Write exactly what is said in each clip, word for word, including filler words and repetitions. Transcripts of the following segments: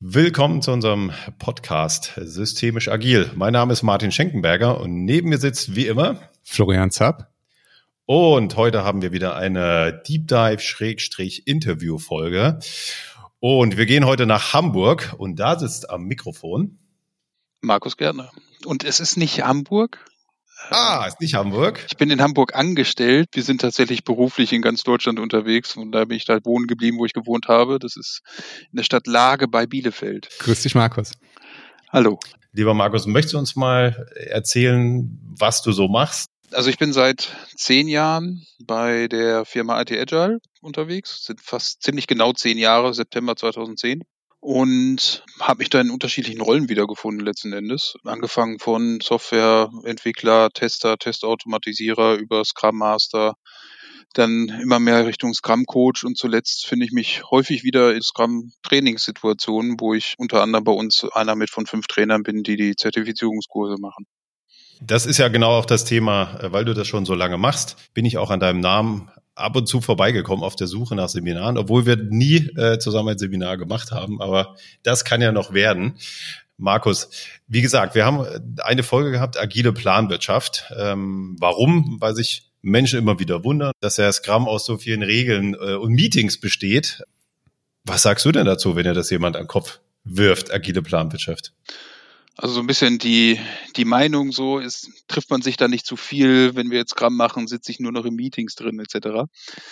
Willkommen zu unserem Podcast Systemisch Agil. Mein Name ist Martin Schenkenberger und neben mir sitzt wie immer Florian Zapp. Und heute haben wir wieder eine Deep Dive-Interview-Folge. Und wir gehen heute nach Hamburg und da sitzt am Mikrofon Markus Gärtner. Und es ist nicht Hamburg. Ah, ist nicht Hamburg. Ich bin in Hamburg angestellt. Wir sind tatsächlich beruflich in ganz Deutschland unterwegs und da bin ich da wohnen geblieben, wo ich gewohnt habe. Das ist in der Stadt Lage bei Bielefeld. Grüß dich, Markus. Hallo. Lieber Markus, möchtest du uns mal erzählen, was du so machst? Also ich bin seit zehn Jahren bei der Firma I T Agile unterwegs. Sind fast ziemlich genau zehn Jahre, September zweitausendzehn. Und habe mich da in unterschiedlichen Rollen wiedergefunden letzten Endes. Angefangen von Softwareentwickler, Tester, Testautomatisierer über Scrum Master, dann immer mehr Richtung Scrum Coach und zuletzt finde ich mich häufig wieder in Scrum Trainingssituationen, wo ich unter anderem bei uns einer mit von fünf Trainern bin, die die Zertifizierungskurse machen. Das ist ja genau auch das Thema, weil du das schon so lange machst, bin ich auch an deinem Namen ab und zu vorbeigekommen auf der Suche nach Seminaren, obwohl wir nie äh, zusammen ein Seminar gemacht haben, aber das kann ja noch werden. Markus, wie gesagt, wir haben eine Folge gehabt, agile Planwirtschaft. Ähm, warum? Weil sich Menschen immer wieder wundern, dass der Scrum aus so vielen Regeln äh, und Meetings besteht. Was sagst du denn dazu, wenn dir das jemand an den Kopf wirft, agile Planwirtschaft? Also so ein bisschen die die Meinung so ist, trifft man sich da nicht zu viel, wenn wir jetzt Scrum machen, sitze ich nur noch in Meetings drin et cetera.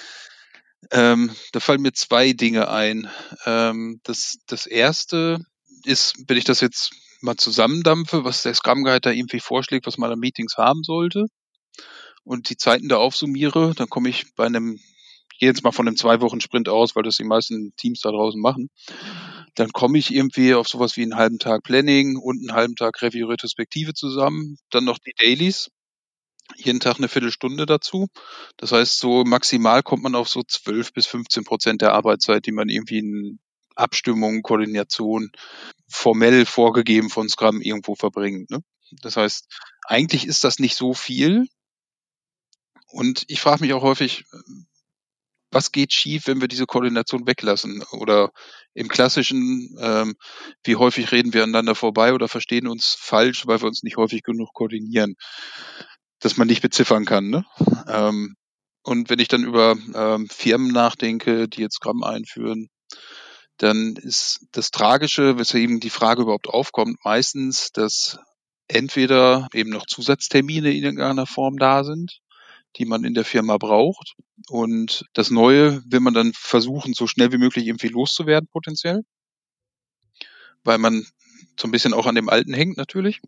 Ähm, da fallen mir zwei Dinge ein. Ähm, das das erste ist, wenn ich das jetzt mal zusammendampfe, was der Scrum Guide da irgendwie vorschlägt, was man an Meetings haben sollte und die Zeiten da aufsummiere, dann komme ich bei einem, ich gehe jetzt mal von einem zwei Wochen Sprint aus, weil das die meisten Teams da draußen machen. Dann komme ich irgendwie auf sowas wie einen halben Tag Planning und einen halben Tag Review Retrospektive zusammen. Dann noch die Dailies. Jeden Tag eine Viertelstunde dazu. Das heißt, so maximal kommt man auf so zwölf bis fünfzehn Prozent der Arbeitszeit, die man irgendwie in Abstimmung, Koordination, formell vorgegeben von Scrum irgendwo verbringt. Ne? Das heißt, eigentlich ist das nicht so viel. Und ich frage mich auch häufig, was geht schief, wenn wir diese Koordination weglassen? Oder im Klassischen, ähm, wie häufig reden wir aneinander vorbei oder verstehen uns falsch, weil wir uns nicht häufig genug koordinieren, dass man nicht beziffern kann. Ne? Ähm, und wenn ich dann über ähm, Firmen nachdenke, die jetzt Scrum einführen, dann ist das Tragische, weshalb eben die Frage überhaupt aufkommt, meistens, dass entweder eben noch Zusatztermine in irgendeiner Form da sind, die man in der Firma braucht. Und das Neue will man dann versuchen, so schnell wie möglich irgendwie loszuwerden, potenziell. Weil man so ein bisschen auch an dem Alten hängt, natürlich.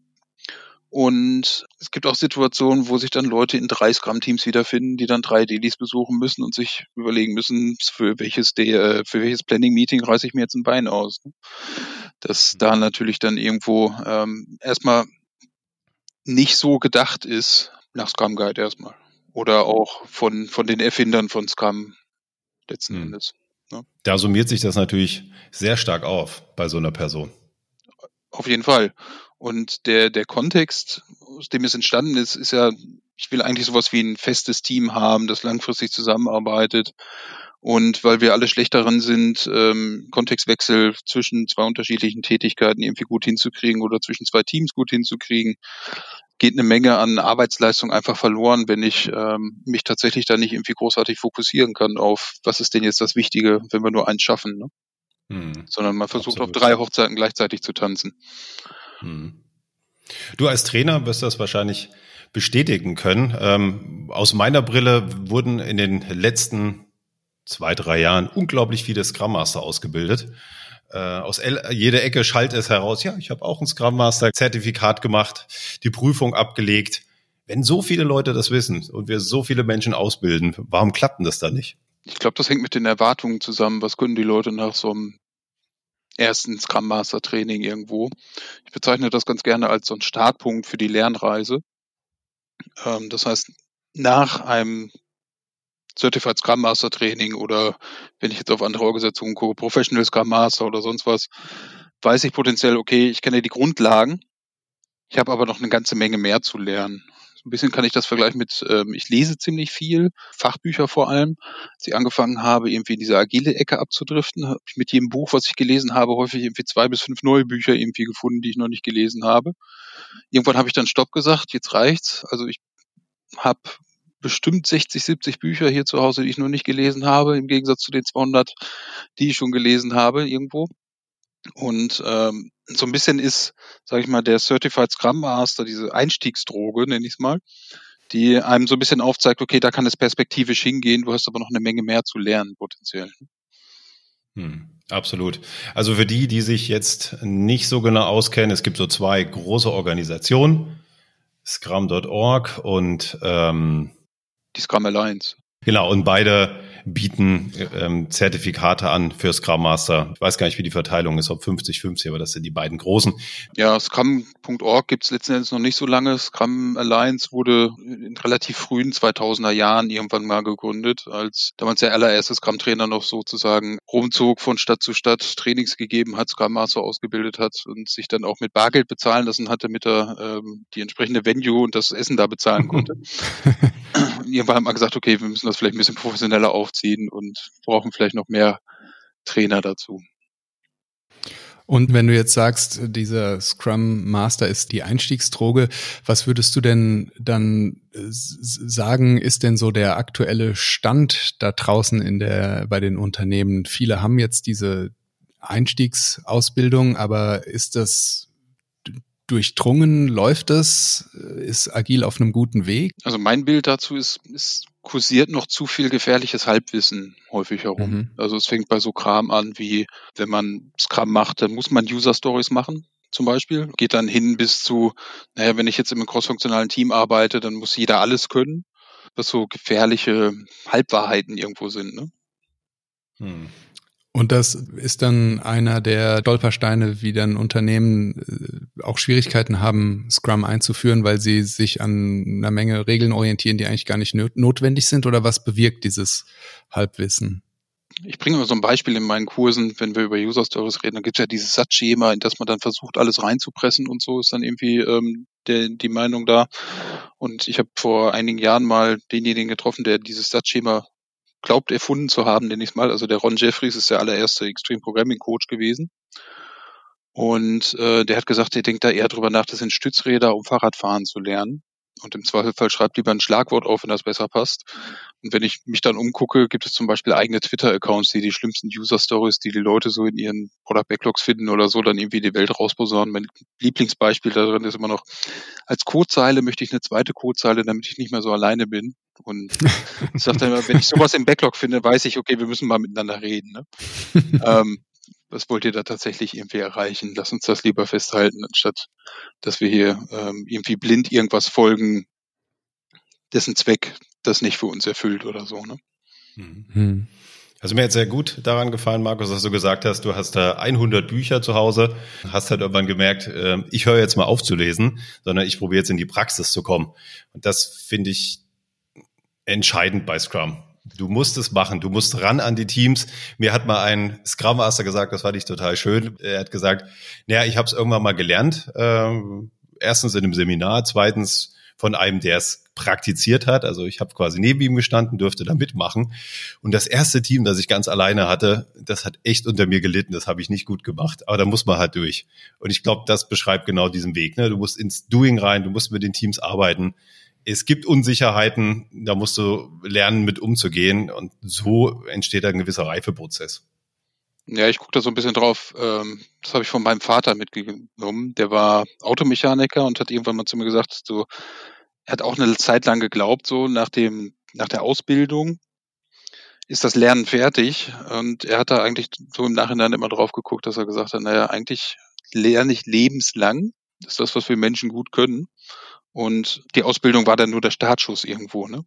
Und es gibt auch Situationen, wo sich dann Leute in drei Scrum-Teams wiederfinden, die dann drei Dailies besuchen müssen und sich überlegen müssen, für welches, De- für welches Planning-Meeting reiße ich mir jetzt ein Bein aus. Dass da natürlich dann irgendwo ähm, erstmal nicht so gedacht ist, nach Scrum Guide erstmal. Oder auch von, von den Erfindern von Scrum letzten hm. Endes. Ne? Da summiert sich das natürlich sehr stark auf bei so einer Person. Auf jeden Fall. Und der, der Kontext, aus dem es entstanden ist, ist ja, ich will eigentlich sowas wie ein festes Team haben, das langfristig zusammenarbeitet. Und weil wir alle schlecht daran sind, ähm, Kontextwechsel zwischen zwei unterschiedlichen Tätigkeiten irgendwie gut hinzukriegen oder zwischen zwei Teams gut hinzukriegen, geht eine Menge an Arbeitsleistung einfach verloren, wenn ich ähm, mich tatsächlich da nicht irgendwie großartig fokussieren kann auf, was ist denn jetzt das Wichtige, wenn wir nur eins schaffen, ne? Hm. Sondern man versucht Absolut. Auf drei Hochzeiten gleichzeitig zu tanzen. Hm. Du als Trainer wirst das wahrscheinlich bestätigen können. Ähm, aus meiner Brille wurden in den letzten zwei, drei Jahren unglaublich viele Scrum Master ausgebildet. Äh, aus el- jeder Ecke schallt es heraus, ja, ich habe auch ein Scrum Master Zertifikat gemacht, die Prüfung abgelegt. Wenn so viele Leute das wissen und wir so viele Menschen ausbilden, warum klappt denn das dann nicht? Ich glaube, das hängt mit den Erwartungen zusammen. Was können die Leute nach so einem ersten Scrum Master Training irgendwo? Ich bezeichne das ganz gerne als so einen Startpunkt für die Lernreise. Ähm, das heißt, nach einem Certified Scrum Master Training oder wenn ich jetzt auf andere Organisationen gucke, Professional Scrum Master oder sonst was, weiß ich potenziell, okay, ich kenne die Grundlagen, ich habe aber noch eine ganze Menge mehr zu lernen. So ein bisschen kann ich das vergleichen mit, ähm, ich lese ziemlich viel, Fachbücher vor allem. Als ich angefangen habe, irgendwie in diese agile Ecke abzudriften, habe ich mit jedem Buch, was ich gelesen habe, häufig irgendwie zwei bis fünf neue Bücher irgendwie gefunden, die ich noch nicht gelesen habe. Irgendwann habe ich dann Stopp gesagt, jetzt reicht's. Also ich habe bestimmt sechzig, siebzig Bücher hier zu Hause, die ich noch nicht gelesen habe, im Gegensatz zu den zweihundert, die ich schon gelesen habe irgendwo. Und ähm, so ein bisschen ist, sage ich mal, der Certified Scrum Master, diese Einstiegsdroge, nenne ich es mal, die einem so ein bisschen aufzeigt, okay, da kann es perspektivisch hingehen, du hast aber noch eine Menge mehr zu lernen potenziell. Hm, absolut. Also für die, die sich jetzt nicht so genau auskennen, es gibt so zwei große Organisationen, Scrum Punkt org und ähm, Die Scrum Alliance. Genau, und beide bieten ähm, Zertifikate an für Scrum Master. Ich weiß gar nicht, wie die Verteilung ist, ob fünfzig fünfzig, aber das sind die beiden großen. Ja, Scrum Punkt org gibt es letzten Endes noch nicht so lange. Scrum Alliance wurde in relativ frühen zweitausender Jahren irgendwann mal gegründet, als damals der allererste Scrum-Trainer noch sozusagen rumzog von Stadt zu Stadt, Trainings gegeben hat, Scrum Master ausgebildet hat und sich dann auch mit Bargeld bezahlen lassen hatte, mit der ähm, die entsprechende Venue und das Essen da bezahlen konnte. Irgendwann hat man gesagt, okay, wir müssen das vielleicht ein bisschen professioneller aufziehen und brauchen vielleicht noch mehr Trainer dazu. Und wenn du jetzt sagst, dieser Scrum Master ist die Einstiegsdroge, was würdest du denn dann sagen, ist denn so der aktuelle Stand da draußen in der, bei den Unternehmen? Viele haben jetzt diese Einstiegsausbildung, aber ist das durchdrungen? Läuft das? Ist agil auf einem guten Weg? Also mein Bild dazu ist, es kursiert noch zu viel gefährliches Halbwissen häufig herum. Mhm. Also es fängt bei so Kram an, wie wenn man Scrum macht, dann muss man User Stories machen. Zum Beispiel, geht dann hin bis zu, naja, wenn ich jetzt im crossfunktionalen Team arbeite, dann muss jeder alles können, was so gefährliche Halbwahrheiten irgendwo sind, ne? Hm. Und das ist dann einer der Stolpersteine, wie dann Unternehmen auch Schwierigkeiten haben, Scrum einzuführen, weil sie sich an einer Menge Regeln orientieren, die eigentlich gar nicht notwendig sind? Oder was bewirkt dieses Halbwissen? Ich bringe mal so ein Beispiel in meinen Kursen, wenn wir über User Stories reden, dann gibt es ja dieses Satzschema, in das man dann versucht, alles reinzupressen und so ist dann irgendwie ähm, der, die Meinung da. Und ich habe vor einigen Jahren mal denjenigen getroffen, der dieses Satzschema glaubt, erfunden zu haben, nenne ich es mal. Also der Ron Jeffries ist der allererste Extreme Programming Coach gewesen. Und äh, der hat gesagt, er denkt da eher drüber nach, das sind Stützräder, um Fahrradfahren zu lernen. Und im Zweifelsfall schreibt lieber ein Schlagwort auf, wenn das besser passt. Und wenn ich mich dann umgucke, gibt es zum Beispiel eigene Twitter-Accounts, die die schlimmsten User-Stories, die die Leute so in ihren Product-Backlogs finden oder so, dann irgendwie die Welt rausposaunen. Mein Lieblingsbeispiel da drin ist immer noch, als Codezeile möchte ich eine zweite Codezeile, damit ich nicht mehr so alleine bin. Und ich sage dann immer, wenn ich sowas im Backlog finde, weiß ich, okay, wir müssen mal miteinander reden. Ne? ähm, was wollt ihr da tatsächlich irgendwie erreichen? Lass uns das lieber festhalten, anstatt dass wir hier ähm, irgendwie blind irgendwas folgen, dessen Zweck das nicht für uns erfüllt oder so. Ne? Mhm. Also mir hat sehr gut daran gefallen, Markus, dass du gesagt hast, du hast da hundert Bücher zu Hause, hast halt irgendwann gemerkt, äh, ich höre jetzt mal auf zu lesen, sondern ich probiere jetzt in die Praxis zu kommen. Und das finde ich entscheidend bei Scrum. Du musst es machen, du musst ran an die Teams. Mir hat mal ein Scrum Master gesagt, das fand ich total schön. Er hat gesagt, naja, ich habe es irgendwann mal gelernt. Ähm, erstens in einem Seminar, zweitens von einem, der es praktiziert hat. Also ich habe quasi neben ihm gestanden, durfte da mitmachen. Und das erste Team, das ich ganz alleine hatte, das hat echt unter mir gelitten. Das habe ich nicht gut gemacht. Aber da muss man halt durch. Und ich glaube, das beschreibt genau diesen Weg. Ne? Du musst ins Doing rein, du musst mit den Teams arbeiten. Es gibt Unsicherheiten, da musst du lernen, mit umzugehen. Und so entsteht ein gewisser Reifeprozess. Ja, ich gucke da so ein bisschen drauf. Ähm, das habe ich von meinem Vater mitgenommen. Der war Automechaniker und hat irgendwann mal zu mir gesagt, so, er hat auch eine Zeit lang geglaubt, so nach dem, nach der Ausbildung ist das Lernen fertig. Und er hat da eigentlich so im Nachhinein immer drauf geguckt, dass er gesagt hat, naja, eigentlich lerne ich lebenslang. Das ist das, was wir Menschen gut können. Und die Ausbildung war dann nur der Startschuss irgendwo, ne?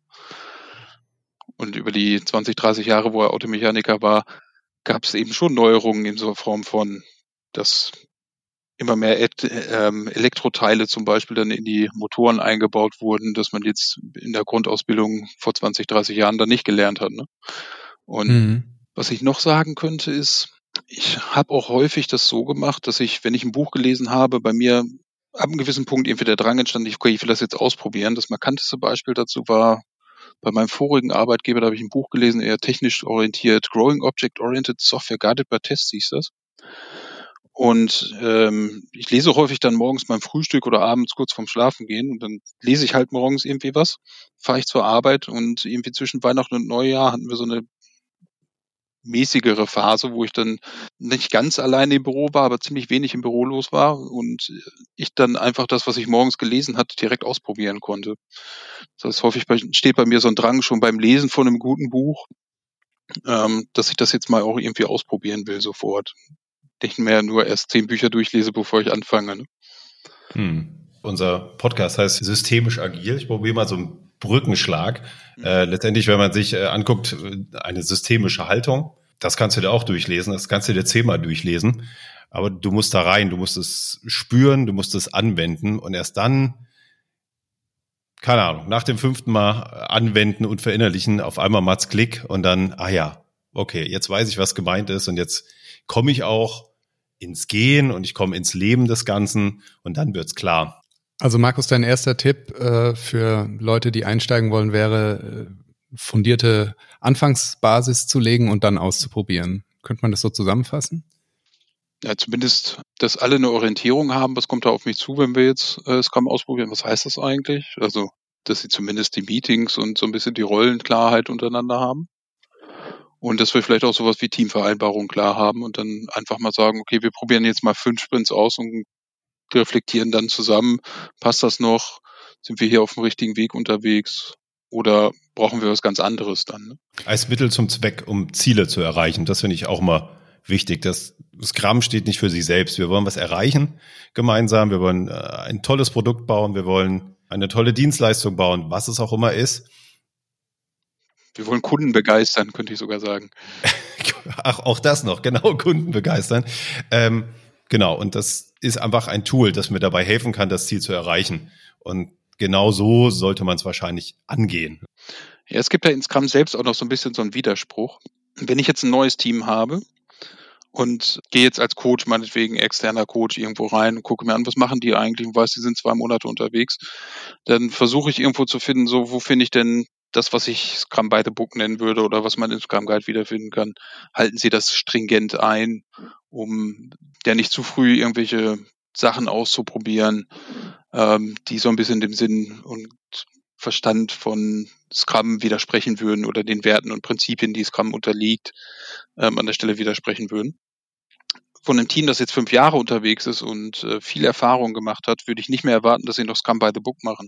Und über die zwanzig, dreißig Jahre, wo er Automechaniker war, gab es eben schon Neuerungen in so Form von, dass immer mehr Et- ähm, Elektroteile zum Beispiel dann in die Motoren eingebaut wurden, dass man jetzt in der Grundausbildung vor zwanzig, dreißig Jahren dann nicht gelernt hat. Ne? Und mhm. was ich noch sagen könnte ist, ich habe auch häufig das so gemacht, dass ich, wenn ich ein Buch gelesen habe, bei mir ab einem gewissen Punkt irgendwie der Drang entstand, ich, okay, ich will das jetzt ausprobieren. Das markanteste Beispiel dazu war bei meinem vorigen Arbeitgeber, da habe ich ein Buch gelesen, eher technisch orientiert, Growing Object Oriented Software Guided by Tests hieß das. Und ähm, ich lese häufig dann morgens beim Frühstück oder abends kurz vorm Schlafengehen und dann lese ich halt morgens irgendwie was, fahre ich zur Arbeit und irgendwie zwischen Weihnachten und Neujahr hatten wir so eine mäßigere Phase, wo ich dann nicht ganz alleine im Büro war, aber ziemlich wenig im Büro los war und ich dann einfach das, was ich morgens gelesen hatte, direkt ausprobieren konnte. Das heißt, häufig bei, steht bei mir so ein Drang schon beim Lesen von einem guten Buch, ähm, dass ich das jetzt mal auch irgendwie ausprobieren will sofort. Nicht mehr nur erst zehn Bücher durchlese, bevor ich anfange. Ne? Hm. Unser Podcast heißt systemisch agil. Ich probiere mal so einen Brückenschlag. Mhm. Äh, letztendlich, wenn man sich äh, anguckt, eine systemische Haltung, das kannst du dir auch durchlesen, das kannst du dir zehnmal durchlesen. Aber du musst da rein, du musst es spüren, du musst es anwenden und erst dann, keine Ahnung, nach dem fünften Mal anwenden und verinnerlichen, auf einmal macht's Klick und dann, ah ja, okay, jetzt weiß ich, was gemeint ist und jetzt komme ich auch ins Gehen und ich komme ins Leben des Ganzen und dann wird's klar. Also Markus, dein erster Tipp äh, für Leute, die einsteigen wollen, wäre, äh, fundierte Anfangsbasis zu legen und dann auszuprobieren. Könnte man das so zusammenfassen? Ja, zumindest, dass alle eine Orientierung haben, was kommt da auf mich zu, wenn wir jetzt äh, Scrum ausprobieren, was heißt das eigentlich? Also, dass sie zumindest die Meetings und so ein bisschen die Rollenklarheit untereinander haben. Und dass wir vielleicht auch sowas wie Teamvereinbarung klar haben und dann einfach mal sagen, okay, wir probieren jetzt mal fünf Sprints aus und reflektieren dann zusammen, passt das noch? Sind wir hier auf dem richtigen Weg unterwegs? Oder brauchen wir was ganz anderes dann? Ne? Als Mittel zum Zweck, um Ziele zu erreichen, das finde ich auch mal wichtig. Das Scrum steht nicht für sich selbst. Wir wollen was erreichen gemeinsam. Wir wollen äh, ein tolles Produkt bauen. Wir wollen eine tolle Dienstleistung bauen, was es auch immer ist. Wir wollen Kunden begeistern, könnte ich sogar sagen. Ach, auch das noch, genau, Kunden begeistern. Ähm, genau, und das ist einfach ein Tool, das mir dabei helfen kann, das Ziel zu erreichen. Und genau so sollte man es wahrscheinlich angehen. Ja, es gibt ja in Scrum selbst auch noch so ein bisschen so einen Widerspruch. Wenn ich jetzt ein neues Team habe und gehe jetzt als Coach, meinetwegen externer Coach, irgendwo rein und gucke mir an, was machen die eigentlich und weiß, die sind zwei Monate unterwegs, dann versuche ich irgendwo zu finden, so, wo finde ich denn das, was ich Scrum by the Book nennen würde oder was man im Scrum Guide wiederfinden kann. Halten Sie das stringent ein, um ja nicht zu früh irgendwelche Sachen auszuprobieren, ähm, die so ein bisschen dem Sinn und Verstand von Scrum widersprechen würden oder den Werten und Prinzipien, die Scrum unterliegt, ähm, an der Stelle widersprechen würden. Von einem Team, das jetzt fünf Jahre unterwegs ist und äh, viel Erfahrung gemacht hat, würde ich nicht mehr erwarten, dass sie noch Scrum by the Book machen.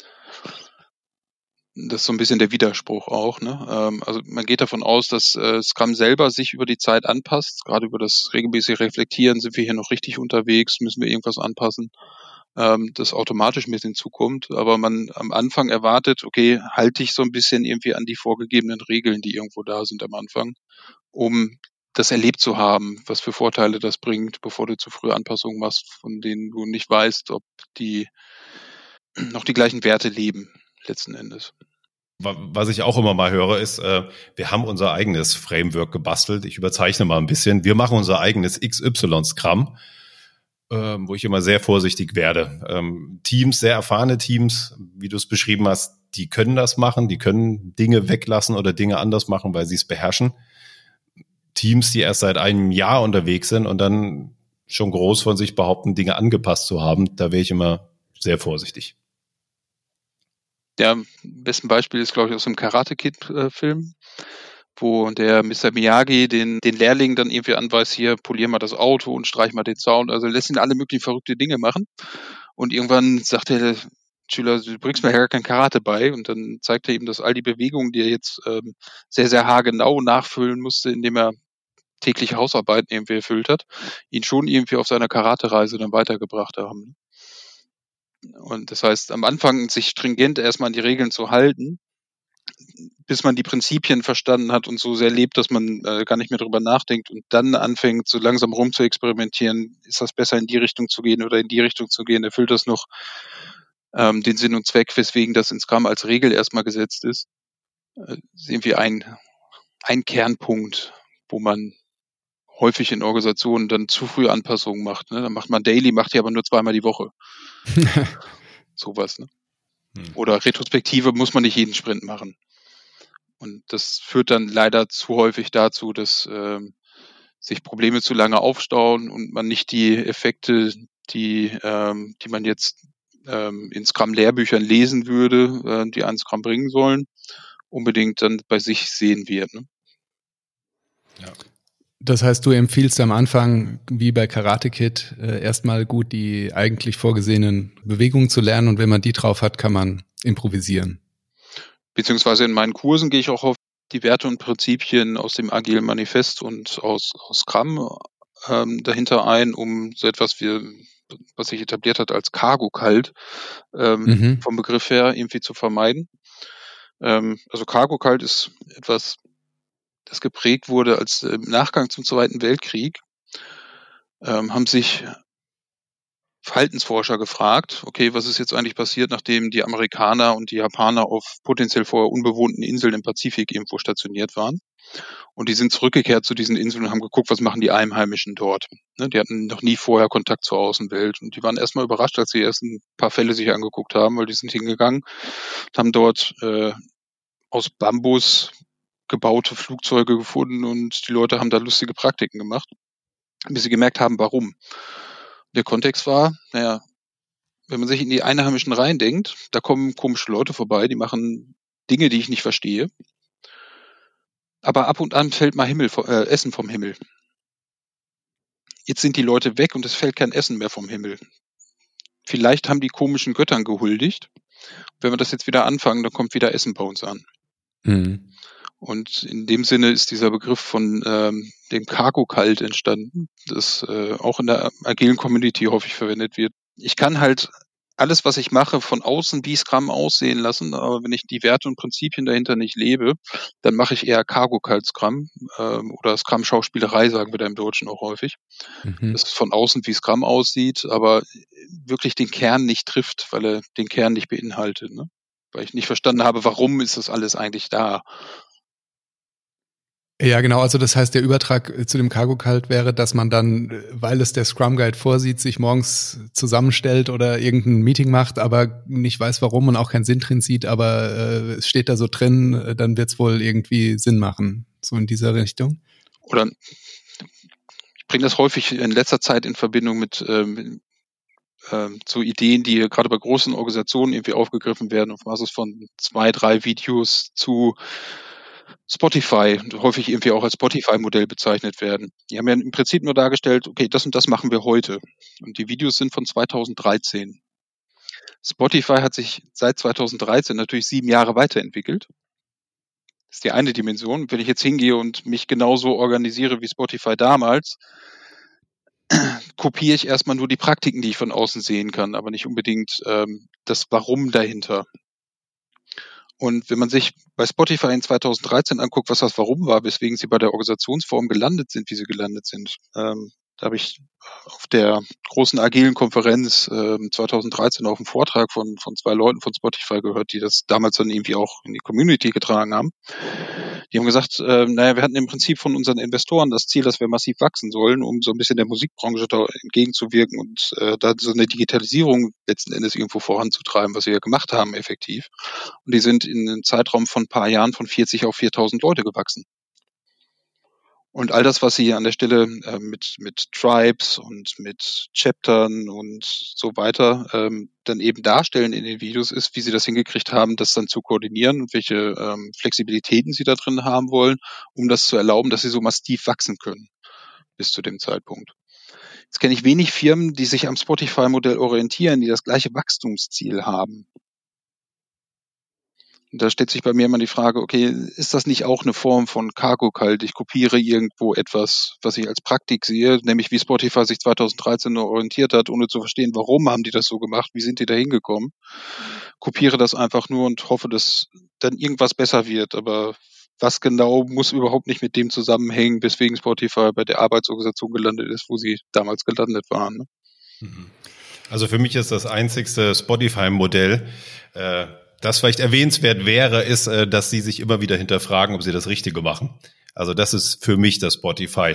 Das ist so ein bisschen der Widerspruch auch. Ne? Ähm, also man geht davon aus, dass äh, Scrum selber sich über die Zeit anpasst. Gerade über das regelmäßige Reflektieren, sind wir hier noch richtig unterwegs, müssen wir irgendwas anpassen, ähm, das automatisch mit hinzukommt. Aber man am Anfang erwartet, okay, halte ich so ein bisschen irgendwie an die vorgegebenen Regeln, die irgendwo da sind am Anfang, um das erlebt zu haben, was für Vorteile das bringt, bevor du zu früh Anpassungen machst, von denen du nicht weißt, ob die noch die gleichen Werte leben, letzten Endes. Was ich auch immer mal höre, ist, äh, wir haben unser eigenes Framework gebastelt. Ich überzeichne mal ein bisschen. Wir machen unser eigenes X Y-Scrum, äh, wo ich immer sehr vorsichtig werde. Ähm, Teams, sehr erfahrene Teams, wie du es beschrieben hast, die können das machen, die können Dinge weglassen oder Dinge anders machen, weil sie es beherrschen. Teams, die erst seit einem Jahr unterwegs sind und dann schon groß von sich behaupten, Dinge angepasst zu haben, da wäre ich immer sehr vorsichtig. Ja, besten Beispiel ist, glaube ich, aus dem Karate-Kid-Film, wo der Mister Miyagi den, den Lehrling dann irgendwie anweist, hier, polier mal das Auto und streich mal den Zaun. Also lässt ihn alle möglichen verrückte Dinge machen. Und irgendwann sagt der Schüler, du bringst mir ja gar kein Karate bei. Und dann zeigt er ihm, dass all die Bewegungen, die er jetzt ähm, sehr, sehr haargenau nachfüllen musste, indem er tägliche Hausarbeiten irgendwie erfüllt hat, ihn schon irgendwie auf seiner Karate-Reise dann weitergebracht haben. Und das heißt, am Anfang sich stringent erstmal an die Regeln zu halten, bis man die Prinzipien verstanden hat und so sehr lebt, dass man äh, gar nicht mehr drüber nachdenkt und dann anfängt, so langsam rum zu experimentieren, ist das besser in die Richtung zu gehen oder in die Richtung zu gehen, erfüllt das noch ähm, den Sinn und Zweck, weswegen das in Scrum als Regel erstmal gesetzt ist. Äh, ist irgendwie ein, ein Kernpunkt, wo man häufig in Organisationen dann zu früh Anpassungen macht. Ne? Dann macht man Daily, macht die aber nur zweimal die Woche. Sowas. Ne? Hm. Oder Retrospektive muss man nicht jeden Sprint machen. Und das führt dann leider zu häufig dazu, dass ähm, sich Probleme zu lange aufstauen und man nicht die Effekte, die, ähm, die man jetzt ähm, in Scrum-Lehrbüchern lesen würde, äh, die einen Scrum bringen sollen, unbedingt dann bei sich sehen wird. Ne? Ja. Das heißt, du empfiehlst am Anfang, wie bei Karate Kid, äh, erstmal gut die eigentlich vorgesehenen Bewegungen zu lernen und wenn man die drauf hat, kann man improvisieren. Beziehungsweise in meinen Kursen gehe ich auch auf die Werte und Prinzipien aus dem Agilen Manifest und aus, aus Scrum ähm, dahinter ein, um so etwas wie, was sich etabliert hat als Cargo-Cult ähm, mhm. vom Begriff her irgendwie zu vermeiden. Ähm, also Cargo-Cult ist etwas, das geprägt wurde als im Nachgang zum Zweiten Weltkrieg, ähm, haben sich Verhaltensforscher gefragt, okay, was ist jetzt eigentlich passiert, nachdem die Amerikaner und die Japaner auf potenziell vorher unbewohnten Inseln im Pazifik irgendwo stationiert waren. Und die sind zurückgekehrt zu diesen Inseln und haben geguckt, was machen die Einheimischen dort. Ne, die hatten noch nie vorher Kontakt zur Außenwelt. Und die waren erstmal überrascht, als sie erst ein paar Fälle sich angeguckt haben, weil die sind hingegangen und haben dort äh, aus Bambus gebaute Flugzeuge gefunden und die Leute haben da lustige Praktiken gemacht, bis sie gemerkt haben, warum. Der Kontext war, naja, wenn man sich in die Einheimischen reindenkt, da kommen komische Leute vorbei, die machen Dinge, die ich nicht verstehe. Aber ab und an fällt mal Himmel, äh, Essen vom Himmel. Jetzt sind die Leute weg und es fällt kein Essen mehr vom Himmel. Vielleicht haben die komischen Göttern gehuldigt. Wenn wir das jetzt wieder anfangen, dann kommt wieder Essen bei uns an. Mhm. Und in dem Sinne ist dieser Begriff von ähm, dem Cargo-Cult entstanden, das äh, auch in der agilen Community häufig verwendet wird. Ich kann halt alles, was ich mache, von außen wie Scrum aussehen lassen, aber wenn ich die Werte und Prinzipien dahinter nicht lebe, dann mache ich eher Cargo-Cult Scrum ähm, oder Scrum-Schauspielerei, sagen wir da im Deutschen auch häufig. Mhm. Das von außen wie Scrum aussieht, aber wirklich den Kern nicht trifft, weil er den Kern nicht beinhaltet. Ne? Weil ich nicht verstanden habe, warum ist das alles eigentlich da? Ja, genau. Also das heißt, der Übertrag zu dem Cargo-Cult wäre, dass man dann, weil es der Scrum Guide vorsieht, sich morgens zusammenstellt oder irgendein Meeting macht, aber nicht weiß warum und auch keinen Sinn drin sieht, aber äh, es steht da so drin, dann wird es wohl irgendwie Sinn machen, so in dieser Richtung. Oder ich bringe das häufig in letzter Zeit in Verbindung mit ähm, ähm, so Ideen, die gerade bei großen Organisationen irgendwie aufgegriffen werden, auf Basis von zwei, drei Videos zu Spotify, häufig irgendwie auch als Spotify-Modell bezeichnet werden. Die haben ja im Prinzip nur dargestellt, okay, das und das machen wir heute. Und die Videos sind von zweitausenddreizehn. Spotify hat sich seit zweitausenddreizehn natürlich sieben Jahre weiterentwickelt. Das ist die eine Dimension. Wenn ich jetzt hingehe und mich genauso organisiere wie Spotify damals, kopiere ich erstmal nur die Praktiken, die ich von außen sehen kann, aber nicht unbedingt ähm, das Warum dahinter. Und wenn man sich bei Spotify in zweitausenddreizehn anguckt, was das Warum war, weswegen sie bei der Organisationsform gelandet sind, wie sie gelandet sind, ähm, da habe ich auf der großen agilen Konferenz ähm, zweitausenddreizehn auch einen Vortrag von, von zwei Leuten von Spotify gehört, die das damals dann irgendwie auch in die Community getragen haben. Die haben gesagt, äh, naja, wir hatten im Prinzip von unseren Investoren das Ziel, dass wir massiv wachsen sollen, um so ein bisschen der Musikbranche da entgegenzuwirken und äh, da so eine Digitalisierung letzten Endes irgendwo voranzutreiben, was wir ja gemacht haben, effektiv. Und die sind in einem Zeitraum von ein paar Jahren von vierzig auf viertausend Leute gewachsen. Und all das, was sie an der Stelle äh, mit mit Tribes und mit Chaptern und so weiter ähm, dann eben darstellen in den Videos, ist, wie sie das hingekriegt haben, das dann zu koordinieren und welche ähm, Flexibilitäten sie da drin haben wollen, um das zu erlauben, dass sie so massiv wachsen können bis zu dem Zeitpunkt. Jetzt kenne ich wenig Firmen, die sich am Spotify-Modell orientieren, die das gleiche Wachstumsziel haben. Da stellt sich bei mir immer die Frage, okay, ist das nicht auch eine Form von Cargo-Cult? Ich kopiere irgendwo etwas, was ich als Praktik sehe, nämlich wie Spotify sich zweitausenddreizehn nur orientiert hat, ohne zu verstehen, warum haben die das so gemacht, wie sind die da hingekommen. Kopiere das einfach nur und hoffe, dass dann irgendwas besser wird. Aber was genau muss überhaupt nicht mit dem zusammenhängen, weswegen Spotify bei der Arbeitsorganisation gelandet ist, wo sie damals gelandet waren. Ne? Also für mich ist das einzigste Spotify-Modell, äh, das vielleicht erwähnenswert wäre, ist, dass sie sich immer wieder hinterfragen, ob sie das Richtige machen. Also das ist für mich das Spotify.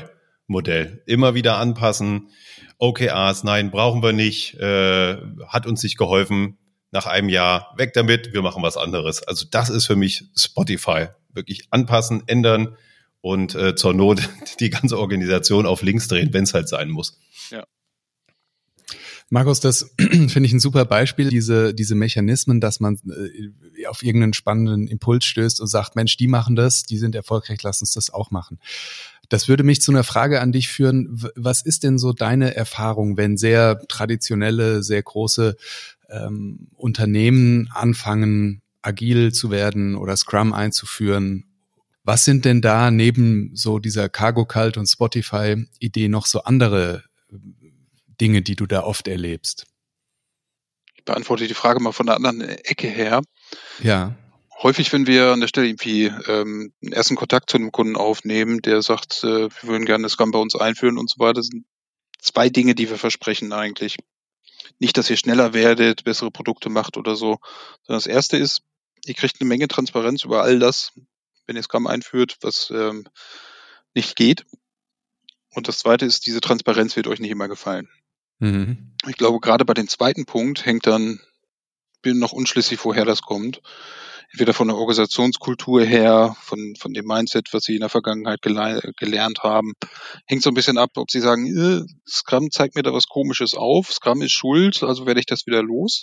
Modell. Immer wieder anpassen. O K Rs, nein, brauchen wir nicht, äh, hat uns nicht geholfen. Nach einem Jahr, weg damit, wir machen was anderes. Also das ist für mich Spotify. Wirklich anpassen, ändern und äh, zur Not die ganze Organisation auf links drehen, wenn es halt sein muss. Ja. Markus, das finde ich ein super Beispiel, diese diese Mechanismen, dass man äh, auf irgendeinen spannenden Impuls stößt und sagt, Mensch, die machen das, die sind erfolgreich, lass uns das auch machen. Das würde mich zu einer Frage an dich führen. Was ist denn so deine Erfahrung, wenn sehr traditionelle, sehr große ähm, Unternehmen anfangen, agil zu werden oder Scrum einzuführen? Was sind denn da neben so dieser Cargo Cult und Spotify-Idee noch so andere Dinge, die du da oft erlebst? Ich beantworte die Frage mal von der anderen Ecke her. Ja. Häufig, wenn wir an der Stelle irgendwie ähm, einen ersten Kontakt zu einem Kunden aufnehmen, der sagt, äh, wir würden gerne Scrum bei uns einführen und so weiter, sind zwei Dinge, die wir versprechen eigentlich. Nicht, dass ihr schneller werdet, bessere Produkte macht oder so, sondern das erste ist, ihr kriegt eine Menge Transparenz über all das, wenn ihr Scrum einführt, was ähm, nicht geht. Und das zweite ist, diese Transparenz wird euch nicht immer gefallen. Mhm. Ich glaube, gerade bei dem zweiten Punkt hängt dann, bin noch unschlüssig, woher das kommt. Entweder von der Organisationskultur her, von, von dem Mindset, was sie in der Vergangenheit gele- gelernt haben. Hängt so ein bisschen ab, ob sie sagen, äh, Scrum zeigt mir da was Komisches auf, Scrum ist schuld, also werde ich das wieder los.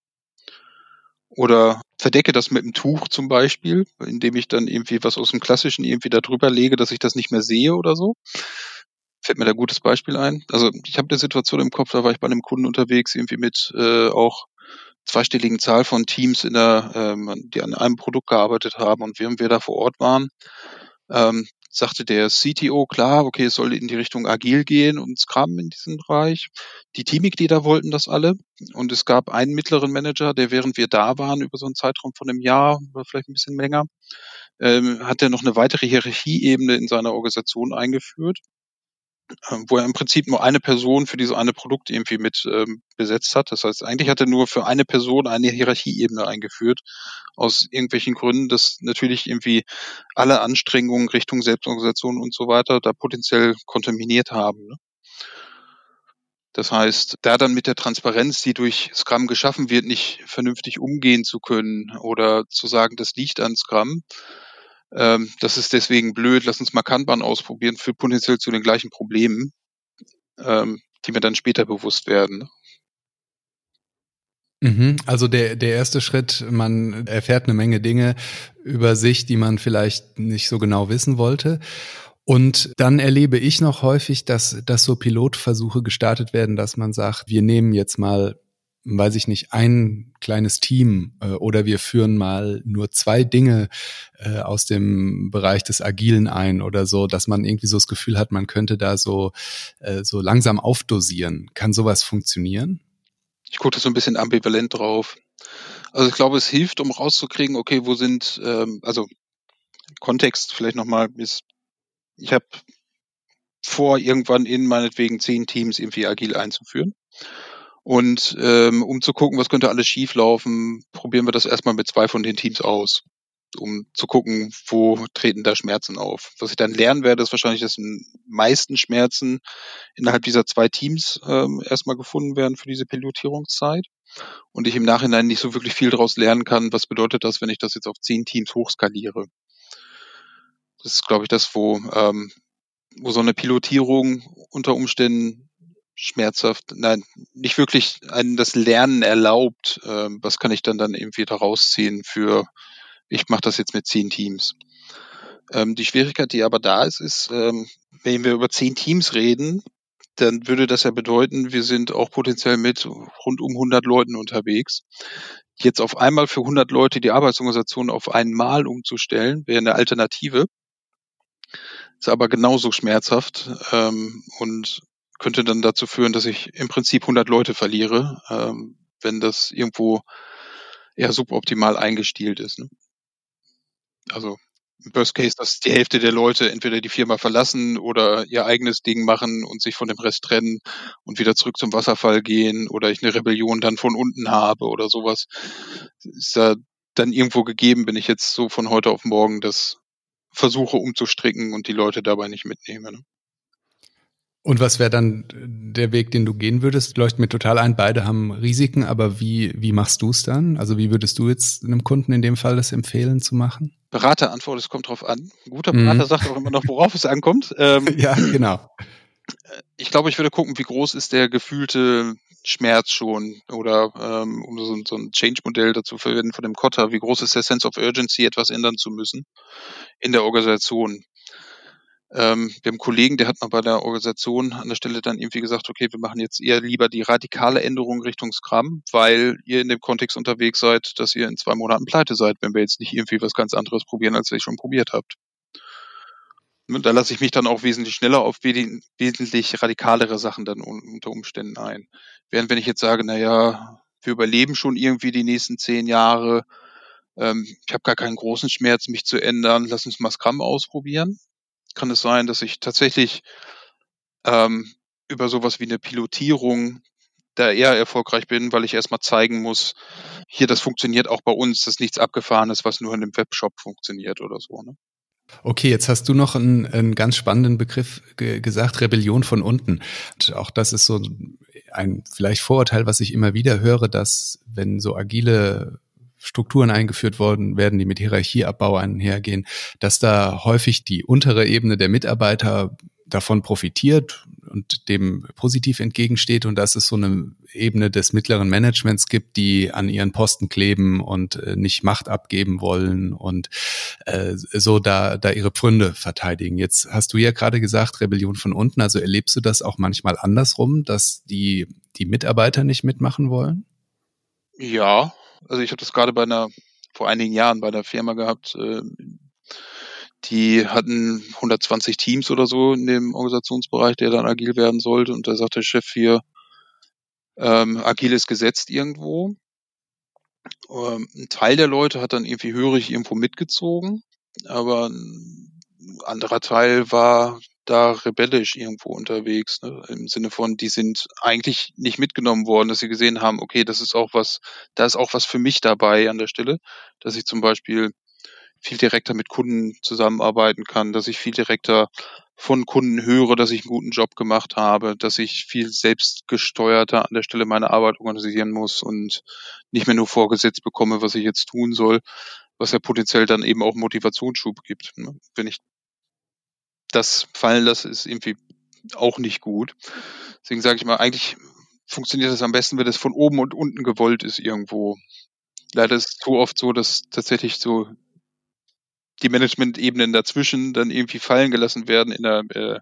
Oder verdecke das mit einem Tuch zum Beispiel, indem ich dann irgendwie was aus dem Klassischen irgendwie da drüber lege, dass ich das nicht mehr sehe oder so. Fällt mir da ein gutes Beispiel ein. Also ich habe eine Situation im Kopf, da war ich bei einem Kunden unterwegs, irgendwie mit äh, auch zweistelligen Zahl von Teams, in der, ähm, die an einem Produkt gearbeitet haben. Und während wir da vor Ort waren, ähm, sagte der C T O, klar, okay, es soll in die Richtung Agil gehen und Scrum in diesem Bereich. Die Teammitglieder wollten das alle. Und es gab einen mittleren Manager, der während wir da waren, über so einen Zeitraum von einem Jahr oder vielleicht ein bisschen länger, ähm, hat er noch eine weitere Hierarchieebene in seiner Organisation eingeführt, ähm, wo er im Prinzip nur eine Person für dieses eine Produkt irgendwie mit ähm, besetzt hat. Das heißt, eigentlich hat er nur für eine Person eine Hierarchieebene eingeführt, aus irgendwelchen Gründen, dass natürlich irgendwie alle Anstrengungen Richtung Selbstorganisation und so weiter da potenziell kontaminiert haben. Ne? Das heißt, da dann mit der Transparenz, die durch Scrum geschaffen wird, nicht vernünftig umgehen zu können oder zu sagen, das liegt an Scrum, ähm, das ist deswegen blöd, lass uns mal Kanban ausprobieren, führt potenziell zu den gleichen Problemen, ähm, die mir dann später bewusst werden. Mhm. Also der, der erste Schritt, man erfährt eine Menge Dinge über sich, die man vielleicht nicht so genau wissen wollte. Und dann erlebe ich noch häufig, dass, dass so Pilotversuche gestartet werden, dass man sagt, wir nehmen jetzt mal, weiß ich nicht, ein kleines Team äh, oder wir führen mal nur zwei Dinge äh, aus dem Bereich des Agilen ein oder so, dass man irgendwie so das Gefühl hat, man könnte da so, äh, so langsam aufdosieren. Kann sowas funktionieren? Ich gucke da so ein bisschen ambivalent drauf. Also ich glaube, es hilft, um rauszukriegen, okay, wo sind, ähm, also Kontext vielleicht nochmal ist, ich habe vor, irgendwann in meinetwegen zehn Teams irgendwie agil einzuführen. Und ähm, um zu gucken, was könnte alles schief laufen, probieren wir das erstmal mit zwei von den Teams aus, um zu gucken, wo treten da Schmerzen auf. Was ich dann lernen werde, ist wahrscheinlich, dass die meisten Schmerzen innerhalb dieser zwei Teams ähm, erstmal gefunden werden für diese Pilotierungszeit. Und ich im Nachhinein nicht so wirklich viel daraus lernen kann, was bedeutet das, wenn ich das jetzt auf zehn Teams hochskaliere. Das ist, glaube ich, das, wo, ähm, wo so eine Pilotierung unter Umständen schmerzhaft, nein, nicht wirklich einen das Lernen erlaubt. Ähm, was kann ich dann dann irgendwie daraus ziehen für, ich mache das jetzt mit zehn Teams. Ähm, die Schwierigkeit, die aber da ist, ist, ähm, wenn wir über zehn Teams reden, dann würde das ja bedeuten, wir sind auch potenziell mit rund um hundert Leuten unterwegs. Jetzt auf einmal für hundert Leute die Arbeitsorganisation auf einmal umzustellen, wäre eine Alternative. Ist aber genauso schmerzhaft ähm, und könnte dann dazu führen, dass ich im Prinzip hundert Leute verliere, ähm, wenn das irgendwo eher suboptimal eingestielt ist. Ne? Also im Worst Case, dass die Hälfte der Leute entweder die Firma verlassen oder ihr eigenes Ding machen und sich von dem Rest trennen und wieder zurück zum Wasserfall gehen oder ich eine Rebellion dann von unten habe oder sowas. Ist da dann irgendwo gegeben, wenn ich jetzt so von heute auf morgen das versuche umzustricken und die Leute dabei nicht mitnehme. Ne? Und was wäre dann der Weg, den du gehen würdest? Leuchtet mir total ein, beide haben Risiken, aber wie, wie machst du es dann? Also wie würdest du jetzt einem Kunden in dem Fall das empfehlen zu machen? Beraterantwort, es kommt drauf an. Ein guter Mhm. Berater sagt auch immer noch, worauf es ankommt. Ähm, Ja, genau. Ich glaube, ich würde gucken, wie groß ist der gefühlte Schmerz schon oder ähm, um so, so ein Change-Modell dazu verwenden von dem Kotter, wie groß ist der Sense of Urgency, etwas ändern zu müssen in der Organisation. Ähm, wir haben einen Kollegen, der hat mal bei der Organisation an der Stelle dann irgendwie gesagt, okay, wir machen jetzt eher lieber die radikale Änderung Richtung Scrum, weil ihr in dem Kontext unterwegs seid, dass ihr in zwei Monaten pleite seid, wenn wir jetzt nicht irgendwie was ganz anderes probieren, als ihr schon probiert habt. Und da lasse ich mich dann auch wesentlich schneller auf we- wesentlich radikalere Sachen dann un- unter Umständen ein. Während wenn ich jetzt sage, na ja, wir überleben schon irgendwie die nächsten zehn Jahre, ähm, ich habe gar keinen großen Schmerz, mich zu ändern, lass uns mal Scrum ausprobieren. Kann es sein, dass ich tatsächlich ähm, über sowas wie eine Pilotierung da eher erfolgreich bin, weil ich erstmal zeigen muss, hier, das funktioniert auch bei uns, das ist nichts Abgefahrenes, was nur in einem Webshop funktioniert oder so. Ne? Okay, jetzt hast du noch einen, einen ganz spannenden Begriff ge- gesagt, Rebellion von unten. Und auch das ist so ein vielleicht Vorurteil, was ich immer wieder höre, dass wenn so agile Strukturen eingeführt worden werden, die mit Hierarchieabbau einhergehen, dass da häufig die untere Ebene der Mitarbeiter davon profitiert und dem positiv entgegensteht und dass es so eine Ebene des mittleren Managements gibt, die an ihren Posten kleben und äh, nicht Macht abgeben wollen und äh, so da, da ihre Pfründe verteidigen. Jetzt hast du ja gerade gesagt, Rebellion von unten, also erlebst du das auch manchmal andersrum, dass die, die Mitarbeiter nicht mitmachen wollen? Ja, also ich habe das gerade bei einer, vor einigen Jahren bei einer Firma gehabt, äh, die hatten hundertzwanzig Teams oder so in dem Organisationsbereich, der dann agil werden sollte. Und da sagt der Chef hier, ähm, agil ist gesetzt irgendwo. Ähm, ein Teil der Leute hat dann irgendwie hörig irgendwo mitgezogen, aber ein anderer Teil war da rebellisch irgendwo unterwegs, ne? Im Sinne von, die sind eigentlich nicht mitgenommen worden, dass sie gesehen haben, okay, das ist auch was, da ist auch was für mich dabei an der Stelle, dass ich zum Beispiel viel direkter mit Kunden zusammenarbeiten kann, dass ich viel direkter von Kunden höre, dass ich einen guten Job gemacht habe, dass ich viel selbstgesteuerter an der Stelle meine Arbeit organisieren muss und nicht mehr nur vorgesetzt bekomme, was ich jetzt tun soll, was ja potenziell dann eben auch Motivationsschub gibt. Ne? Wenn ich das fallen lasse, ist irgendwie auch nicht gut. Deswegen sage ich mal, eigentlich funktioniert das am besten, wenn das von oben und unten gewollt ist irgendwo. Leider ist es zu oft so, dass tatsächlich so die Management-Ebenen dazwischen dann irgendwie fallen gelassen werden in der äh,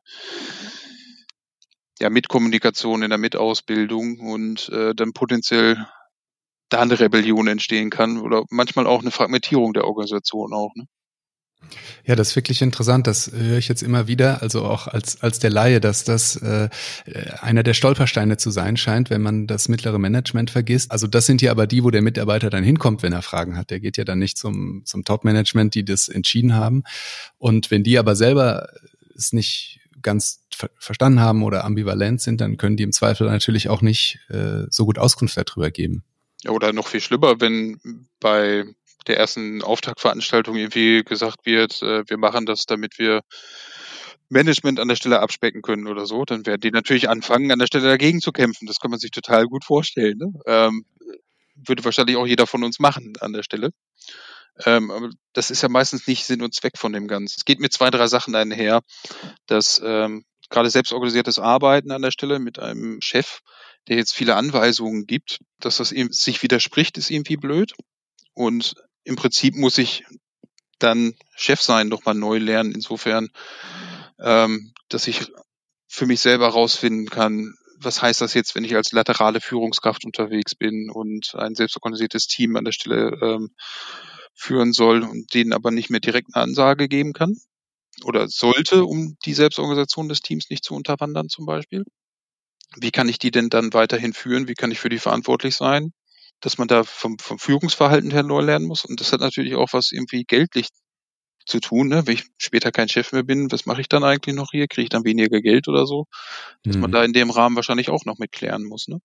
ja, Mitkommunikation, in der Mitausbildung und äh, dann potenziell da eine Rebellion entstehen kann oder manchmal auch eine Fragmentierung der Organisation auch. Ne? Ja, das ist wirklich interessant. Das höre ich jetzt immer wieder, also auch als als der Laie, dass das äh, einer der Stolpersteine zu sein scheint, wenn man das mittlere Management vergisst. Also das sind ja aber die, wo der Mitarbeiter dann hinkommt, wenn er Fragen hat. Der geht ja dann nicht zum zum Top-Management, die das entschieden haben. Und wenn die aber selber es nicht ganz ver- verstanden haben oder ambivalent sind, dann können die im Zweifel natürlich auch nicht äh, so gut Auskunft darüber geben. Ja, oder noch viel schlimmer, wenn bei der ersten Auftaktveranstaltung irgendwie gesagt wird, äh, wir machen das, damit wir Management an der Stelle abspecken können oder so, dann werden die natürlich anfangen, an der Stelle dagegen zu kämpfen. Das kann man sich total gut vorstellen. Ne? Ähm, würde wahrscheinlich auch jeder von uns machen an der Stelle. Ähm, aber das ist ja meistens nicht Sinn und Zweck von dem Ganzen. Es geht mit zwei, drei Sachen einher, dass ähm, gerade selbstorganisiertes Arbeiten an der Stelle mit einem Chef, der jetzt viele Anweisungen gibt, dass das eben sich widerspricht, ist irgendwie blöd. Und im Prinzip muss ich dann Chef sein nochmal neu lernen, insofern, ähm, dass ich für mich selber rausfinden kann, was heißt das jetzt, wenn ich als laterale Führungskraft unterwegs bin und ein selbstorganisiertes Team an der Stelle ähm, führen soll und denen aber nicht mehr direkt eine Ansage geben kann oder sollte, um die Selbstorganisation des Teams nicht zu unterwandern zum Beispiel. Wie kann ich die denn dann weiterhin führen? Wie kann ich für die verantwortlich sein? Dass man da vom, vom Führungsverhalten her neu lernen muss. Und das hat natürlich auch was irgendwie geldlich zu tun. Ne? Wenn ich später kein Chef mehr bin, was mache ich dann eigentlich noch hier? Kriege ich dann weniger Geld oder so? Dass man Hm. da in dem Rahmen wahrscheinlich auch noch mit klären muss. Ne?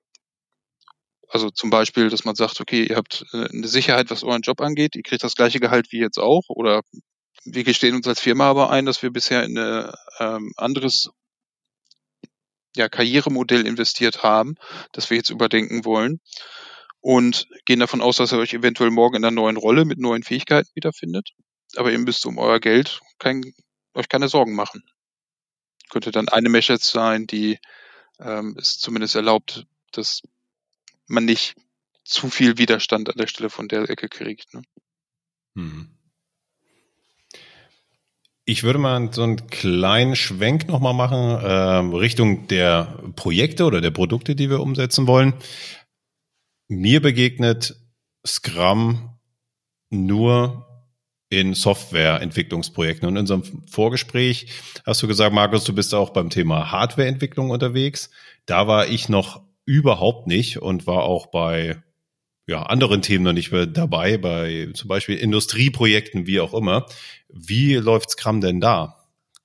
Also zum Beispiel, dass man sagt, okay, ihr habt äh, eine Sicherheit, was euren Job angeht, ihr kriegt das gleiche Gehalt wie jetzt auch. Oder wir gestehen uns als Firma aber ein, dass wir bisher in ein ähm, anderes ja, Karrieremodell investiert haben, das wir jetzt überdenken wollen und gehen davon aus, dass ihr euch eventuell morgen in einer neuen Rolle mit neuen Fähigkeiten wiederfindet. Aber ihr müsst um euer Geld kein, euch keine Sorgen machen. Könnte dann eine Message sein, die ähm, es zumindest erlaubt, dass man nicht zu viel Widerstand an der Stelle von der Ecke kriegt. Ne? Hm. Ich würde mal so einen kleinen Schwenk nochmal machen, äh, Richtung der Projekte oder der Produkte, die wir umsetzen wollen. Mir begegnet Scrum nur in Softwareentwicklungsprojekten. Und in unserem Vorgespräch hast du gesagt, Markus, du bist auch beim Thema Hardwareentwicklung unterwegs. Da war ich noch überhaupt nicht und war auch bei ja, anderen Themen noch nicht mehr dabei, bei zum Beispiel Industrieprojekten, wie auch immer. Wie läuft Scrum denn da?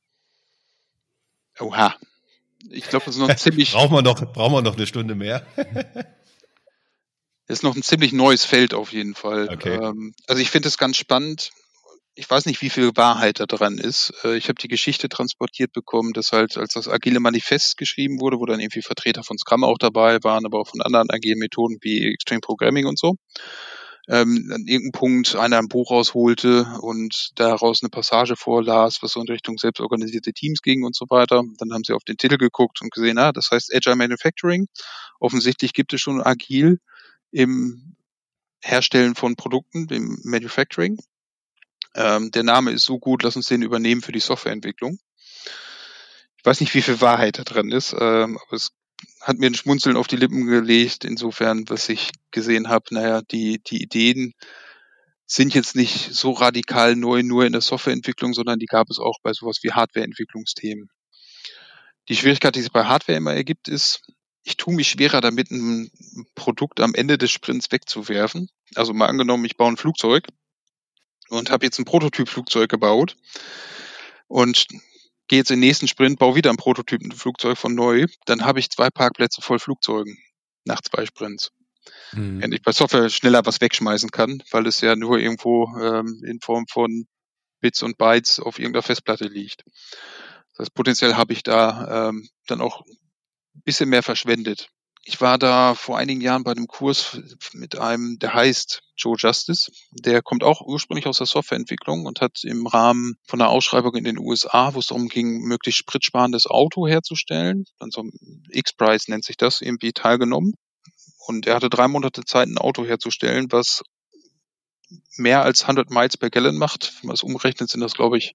Oha. Ich glaube, das ist noch ziemlich. brauchen wir noch, brauchen wir noch eine Stunde mehr? Das ist noch ein ziemlich neues Feld auf jeden Fall. Okay. Ähm, also ich finde es ganz spannend. Ich weiß nicht, wie viel Wahrheit da dran ist. Äh, ich habe die Geschichte transportiert bekommen, dass halt, als das Agile Manifest geschrieben wurde, wo dann irgendwie Vertreter von Scrum auch dabei waren, aber auch von anderen agilen Methoden wie Extreme Programming und so. Ähm, an irgendeinem Punkt einer ein Buch rausholte und daraus eine Passage vorlas, was so in Richtung selbstorganisierte Teams ging und so weiter. Dann haben sie auf den Titel geguckt und gesehen, ah, das heißt Agile Manufacturing. Offensichtlich gibt es schon Agil im Herstellen von Produkten, im Manufacturing. Ähm, der Name ist so gut, lass uns den übernehmen für die Softwareentwicklung. Ich weiß nicht, wie viel Wahrheit da drin ist, ähm, aber es hat mir ein Schmunzeln auf die Lippen gelegt, insofern, was ich gesehen habe, naja, die, die Ideen sind jetzt nicht so radikal neu nur in der Softwareentwicklung, sondern die gab es auch bei sowas wie Hardwareentwicklungsthemen. Die Schwierigkeit, die sich bei Hardware immer ergibt, ist, ich tue mich schwerer damit, ein Produkt am Ende des Sprints wegzuwerfen. Also mal angenommen, ich baue ein Flugzeug und habe jetzt ein Prototypflugzeug gebaut und gehe jetzt in den nächsten Sprint, baue wieder ein Prototypenflugzeug von neu, dann habe ich zwei Parkplätze voll Flugzeugen nach zwei Sprints. Mhm. Wenn ich bei Software schneller was wegschmeißen kann, weil es ja nur irgendwo ähm, in Form von Bits und Bytes auf irgendeiner Festplatte liegt. Das heißt, potenziell habe ich da ähm, dann auch ein bisschen mehr verschwendet. Ich war da vor einigen Jahren bei einem Kurs mit einem, der heißt Joe Justice. Der kommt auch ursprünglich aus der Softwareentwicklung und hat im Rahmen von einer Ausschreibung in den U S A, wo es darum ging, möglichst spritsparendes Auto herzustellen, dann so ein X-Prize nennt sich das, irgendwie teilgenommen. Und er hatte drei Monate Zeit, ein Auto herzustellen, was mehr als hundert Miles per Gallon macht. Wenn man es umrechnet, sind das, glaube ich,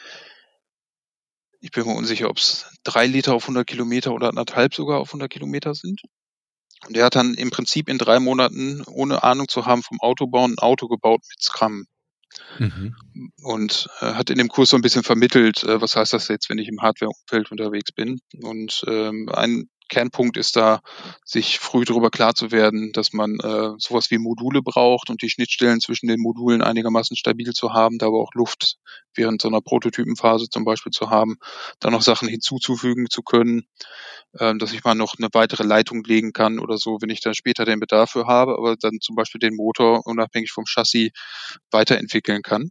ich bin mir unsicher, ob es drei Liter auf hundert Kilometer oder anderthalb sogar auf hundert Kilometer sind. Und er hat dann im Prinzip in drei Monaten, ohne Ahnung zu haben vom Autobauen, ein Auto gebaut mit Scrum. Mhm. Und äh, hat in dem Kurs so ein bisschen vermittelt, äh, was heißt das jetzt, wenn ich im Hardware-Umfeld unterwegs bin. Und ähm, ein Kernpunkt ist da, sich früh darüber klar zu werden, dass man äh, sowas wie Module braucht und die Schnittstellen zwischen den Modulen einigermaßen stabil zu haben, da aber auch Luft während so einer Prototypenphase zum Beispiel zu haben, da noch Sachen hinzuzufügen zu können, äh, dass ich mal noch eine weitere Leitung legen kann oder so, wenn ich dann später den Bedarf für habe, aber dann zum Beispiel den Motor unabhängig vom Chassis weiterentwickeln kann.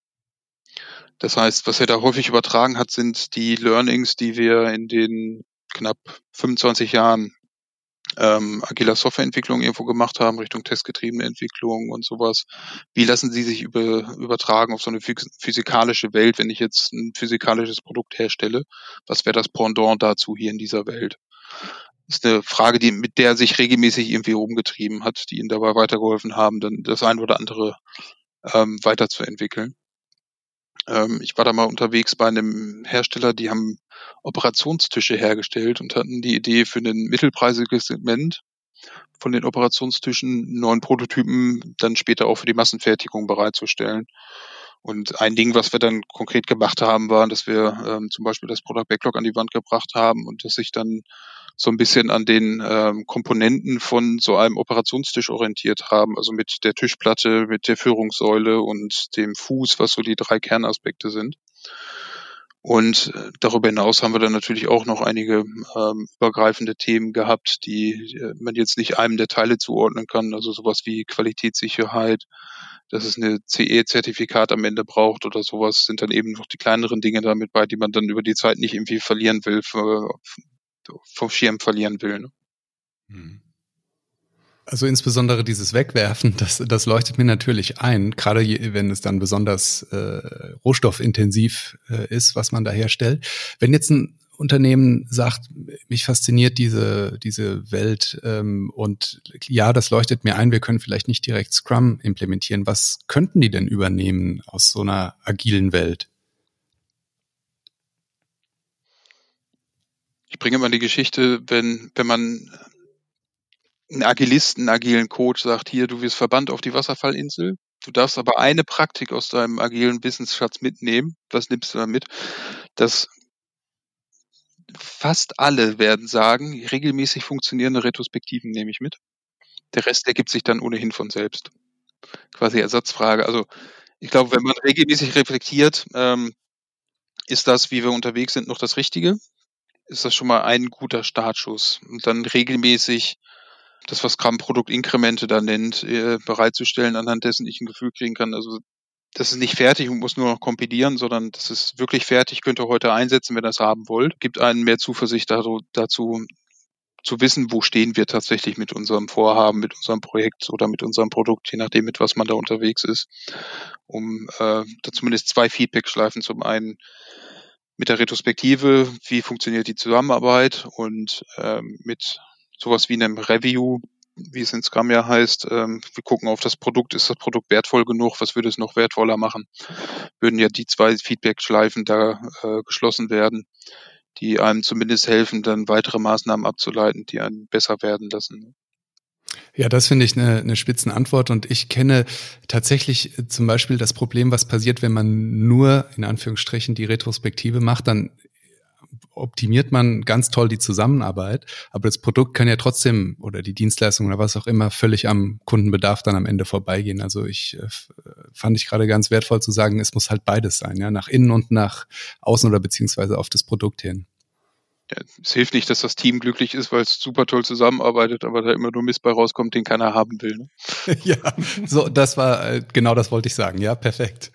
Das heißt, was er da häufig übertragen hat, sind die Learnings, die wir in den knapp fünfundzwanzig Jahren ähm, agiler Softwareentwicklung irgendwo gemacht haben, Richtung testgetriebene Entwicklung und sowas. Wie lassen sie sich über, übertragen auf so eine physikalische Welt, wenn ich jetzt ein physikalisches Produkt herstelle? Was wäre das Pendant dazu hier in dieser Welt? Das ist eine Frage, die, mit der sich regelmäßig irgendwie rumgetrieben hat, die ihnen dabei weitergeholfen haben, dann das ein oder andere ähm, weiterzuentwickeln. Ähm, ich war da mal unterwegs bei einem Hersteller, die haben Operationstische hergestellt und hatten die Idee für ein mittelpreisiges Segment von den Operationstischen neuen Prototypen dann später auch für die Massenfertigung bereitzustellen. Und ein Ding, was wir dann konkret gemacht haben, war, dass wir ähm, zum Beispiel das Product Backlog an die Wand gebracht haben und das sich dann so ein bisschen an den ähm, Komponenten von so einem Operationstisch orientiert haben, also mit der Tischplatte, mit der Führungssäule und dem Fuß, was so die drei Kernaspekte sind. Und äh, darüber hinaus haben wir dann natürlich auch noch einige ähm, übergreifende Themen gehabt, die äh, man jetzt nicht einem der Teile zuordnen kann, also sowas wie Qualitätssicherheit, dass es eine C E-Zertifikat am Ende braucht oder sowas, sind dann eben noch die kleineren Dinge damit bei, die man dann über die Zeit nicht irgendwie verlieren will, für, vom Schirm verlieren will. Ne? Mhm. Also insbesondere dieses Wegwerfen, das, das leuchtet mir natürlich ein, gerade je, wenn es dann besonders äh, rohstoffintensiv äh, ist, was man da herstellt. Wenn jetzt ein Unternehmen sagt, mich fasziniert diese diese Welt ähm, und ja, das leuchtet mir ein, wir können vielleicht nicht direkt Scrum implementieren. Was könnten die denn übernehmen aus so einer agilen Welt? Ich bringe immer die Geschichte, wenn wenn man einen Agilisten, einen agilen Coach sagt, hier, du wirst verbannt auf die Wasserfallinsel, du darfst aber eine Praktik aus deinem agilen Wissensschatz mitnehmen. Was nimmst du da mit? Das fast alle werden sagen, regelmäßig funktionierende Retrospektiven nehme ich mit. Der Rest ergibt sich dann ohnehin von selbst. Quasi Ersatzfrage. Also ich glaube, wenn man regelmäßig reflektiert, ähm, ist das, wie wir unterwegs sind, noch das Richtige? Ist das schon mal ein guter Startschuss? Und dann regelmäßig das, was Scrum Produktinkremente da nennt, äh, bereitzustellen, anhand dessen ich ein Gefühl kriegen kann, also das ist nicht fertig und muss nur noch kompilieren, sondern das ist wirklich fertig, könnt ihr heute einsetzen, wenn ihr das haben wollt. Gibt einen mehr Zuversicht dazu, dazu zu wissen, wo stehen wir tatsächlich mit unserem Vorhaben, mit unserem Projekt oder mit unserem Produkt, je nachdem, mit was man da unterwegs ist, um äh, da zumindest zwei Feedback-Schleifen. Zum einen mit der Retrospektive, wie funktioniert die Zusammenarbeit, und ähm, mit sowas wie einem Review, wie es in Scrum ja heißt. Ähm, wir gucken auf das Produkt, ist das Produkt wertvoll genug, was würde es noch wertvoller machen? Würden ja die zwei Feedback-Schleifen da äh, geschlossen werden, die einem zumindest helfen, dann weitere Maßnahmen abzuleiten, die einen besser werden lassen. Ja, das finde ich eine, eine Spitzenantwort, und ich kenne tatsächlich zum Beispiel das Problem, was passiert, wenn man nur in Anführungsstrichen die Retrospektive macht, dann optimiert man ganz toll die Zusammenarbeit, aber das Produkt kann ja trotzdem oder die Dienstleistung oder was auch immer völlig am Kundenbedarf dann am Ende vorbeigehen. Also ich äh, fand ich gerade ganz wertvoll zu sagen, es muss halt beides sein, ja, nach innen und nach außen oder beziehungsweise auf das Produkt hin. Ja, es hilft nicht, dass das Team glücklich ist, weil es super toll zusammenarbeitet, aber da immer nur Mist bei rauskommt, den keiner haben will. Ne? Ja, so, das war, genau das wollte ich sagen. Ja, perfekt.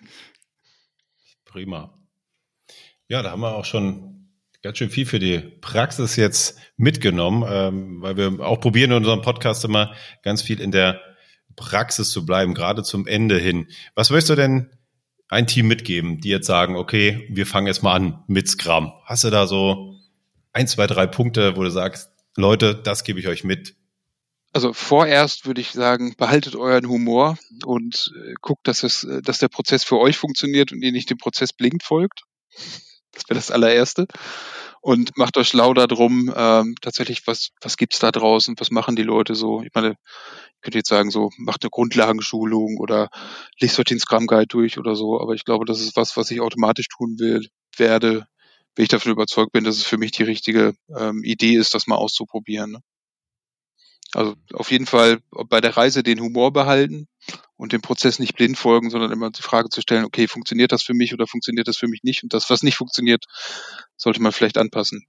Prima. Ja, da haben wir auch schon ganz schön viel für die Praxis jetzt mitgenommen, ähm, weil wir auch probieren in unserem Podcast immer ganz viel in der Praxis zu bleiben, gerade zum Ende hin. Was möchtest du denn ein Team mitgeben, die jetzt sagen, okay, wir fangen jetzt mal an mit Scrum? Hast du da so ein, zwei, drei Punkte, wo du sagst, Leute, das gebe ich euch mit? Also vorerst würde ich sagen, behaltet euren Humor und äh, guckt, dass es, dass der Prozess für euch funktioniert und ihr nicht dem Prozess blind folgt. Das wäre das allererste. Und macht euch schlau darum, ähm, tatsächlich, was, was gibt's da draußen, was machen die Leute so? Ich meine, ich könnte jetzt sagen, so, macht eine Grundlagenschulung oder lest euch den Scrum Guide durch oder so, aber ich glaube, das ist was, was ich automatisch tun will, werde, wenn ich davon überzeugt bin, dass es für mich die richtige ähm, Idee ist, das mal auszuprobieren. Ne? Also auf jeden Fall bei der Reise den Humor behalten und dem Prozess nicht blind folgen, sondern immer die Frage zu stellen, okay, funktioniert das für mich oder funktioniert das für mich nicht? Und das, was nicht funktioniert, sollte man vielleicht anpassen.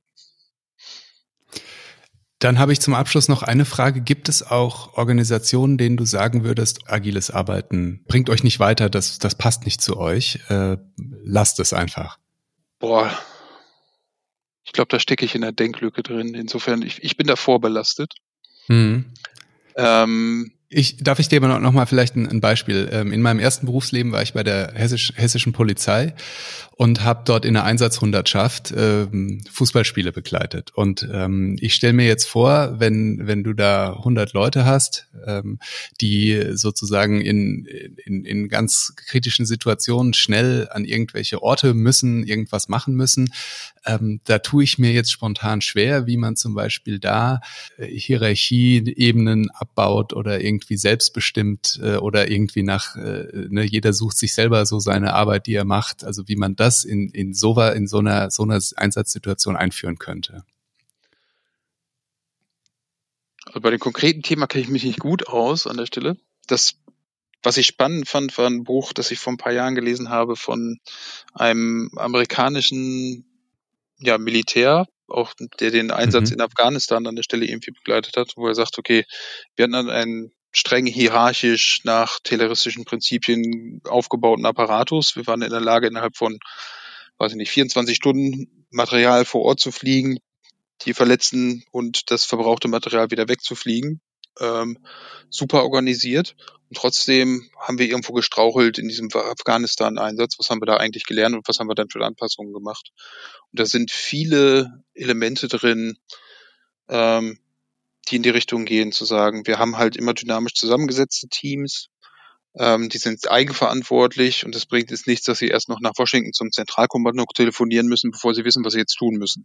Dann habe ich zum Abschluss noch eine Frage. Gibt es auch Organisationen, denen du sagen würdest, agiles Arbeiten bringt euch nicht weiter, das, das passt nicht zu euch, äh, lasst es einfach? Boah, ich glaube, da stecke ich in der Denklücke drin. Insofern, ich, ich bin da vorbelastet. Mhm. Ähm, Ich, darf ich dir aber noch, noch mal vielleicht ein, ein Beispiel? Ähm, in meinem ersten Berufsleben war ich bei der Hessisch, hessischen Polizei und habe dort in der Einsatzhundertschaft ähm, Fußballspiele begleitet. Und ähm, ich stelle mir jetzt vor, wenn wenn du da hundert Leute hast, ähm, die sozusagen in, in in ganz kritischen Situationen schnell an irgendwelche Orte müssen, irgendwas machen müssen, ähm, da tue ich mir jetzt spontan schwer, wie man zum Beispiel da äh, Hierarchieebenen abbaut oder irgendwie selbstbestimmt äh, oder irgendwie nach, äh, ne, jeder sucht sich selber so seine Arbeit, die er macht, also wie man das in in so in so einer so einer Einsatzsituation einführen könnte. also bei dem konkreten Thema kenne ich mich nicht gut aus an der Stelle. Das, was ich spannend fand, war ein Buch, das ich vor ein paar Jahren gelesen habe von einem amerikanischen ja, Militär, auch der den Einsatz Mhm. in Afghanistan an der Stelle irgendwie begleitet hat, wo er sagt, okay, wir hatten dann einen streng hierarchisch nach tayloristischen Prinzipien aufgebauten Apparatus. Wir waren in der Lage, innerhalb von, weiß ich nicht, vierundzwanzig Stunden Material vor Ort zu fliegen, die Verletzten und das verbrauchte Material wieder wegzufliegen. Ähm, super organisiert. Und trotzdem haben wir irgendwo gestrauchelt in diesem Afghanistan-Einsatz. Was haben wir da eigentlich gelernt und was haben wir dann für Anpassungen gemacht? Und da sind viele Elemente drin, ähm, die in die Richtung gehen, zu sagen, wir haben halt immer dynamisch zusammengesetzte Teams, ähm, die sind eigenverantwortlich und es bringt jetzt nichts, dass sie erst noch nach Washington zum Zentralkommando telefonieren müssen, bevor sie wissen, was sie jetzt tun müssen.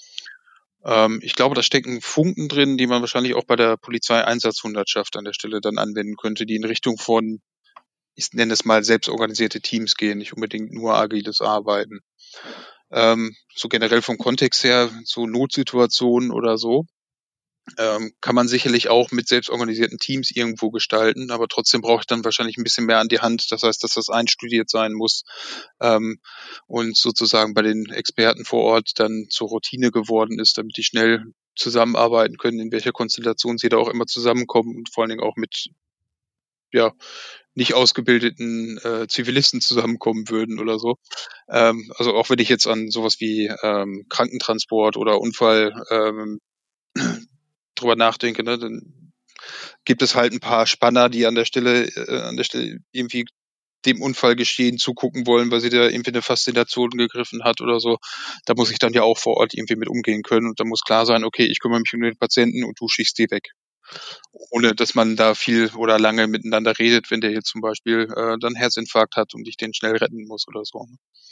Ähm, ich glaube, da stecken Funken drin, die man wahrscheinlich auch bei der Polizeieinsatzhundertschaft an der Stelle dann anwenden könnte, die in Richtung von, ich nenne es mal, selbstorganisierte Teams gehen, nicht unbedingt nur agiles Arbeiten. Ähm, so generell vom Kontext her, so Notsituationen oder so, ähm, kann man sicherlich auch mit selbstorganisierten Teams irgendwo gestalten, aber trotzdem brauche ich dann wahrscheinlich ein bisschen mehr an die Hand. Das heißt, dass das einstudiert sein muss ähm, und sozusagen bei den Experten vor Ort dann zur Routine geworden ist, damit die schnell zusammenarbeiten können, in welcher Konstellation sie da auch immer zusammenkommen und vor allen Dingen auch mit ja nicht ausgebildeten äh, Zivilisten zusammenkommen würden oder so. Ähm, also auch wenn ich jetzt an sowas wie ähm, Krankentransport oder Unfall ähm, drüber nachdenke, ne, dann gibt es halt ein paar Spanner, die an der Stelle, äh, an der Stelle irgendwie dem Unfallgeschehen zugucken wollen, weil sie da irgendwie eine Faszination gegriffen hat oder so. Da muss ich dann ja auch vor Ort irgendwie mit umgehen können und da muss klar sein, okay, ich kümmere mich um den Patienten und du schießt die weg. Ohne dass man da viel oder lange miteinander redet, wenn der hier zum Beispiel äh, dann Herzinfarkt hat und ich den schnell retten muss oder so.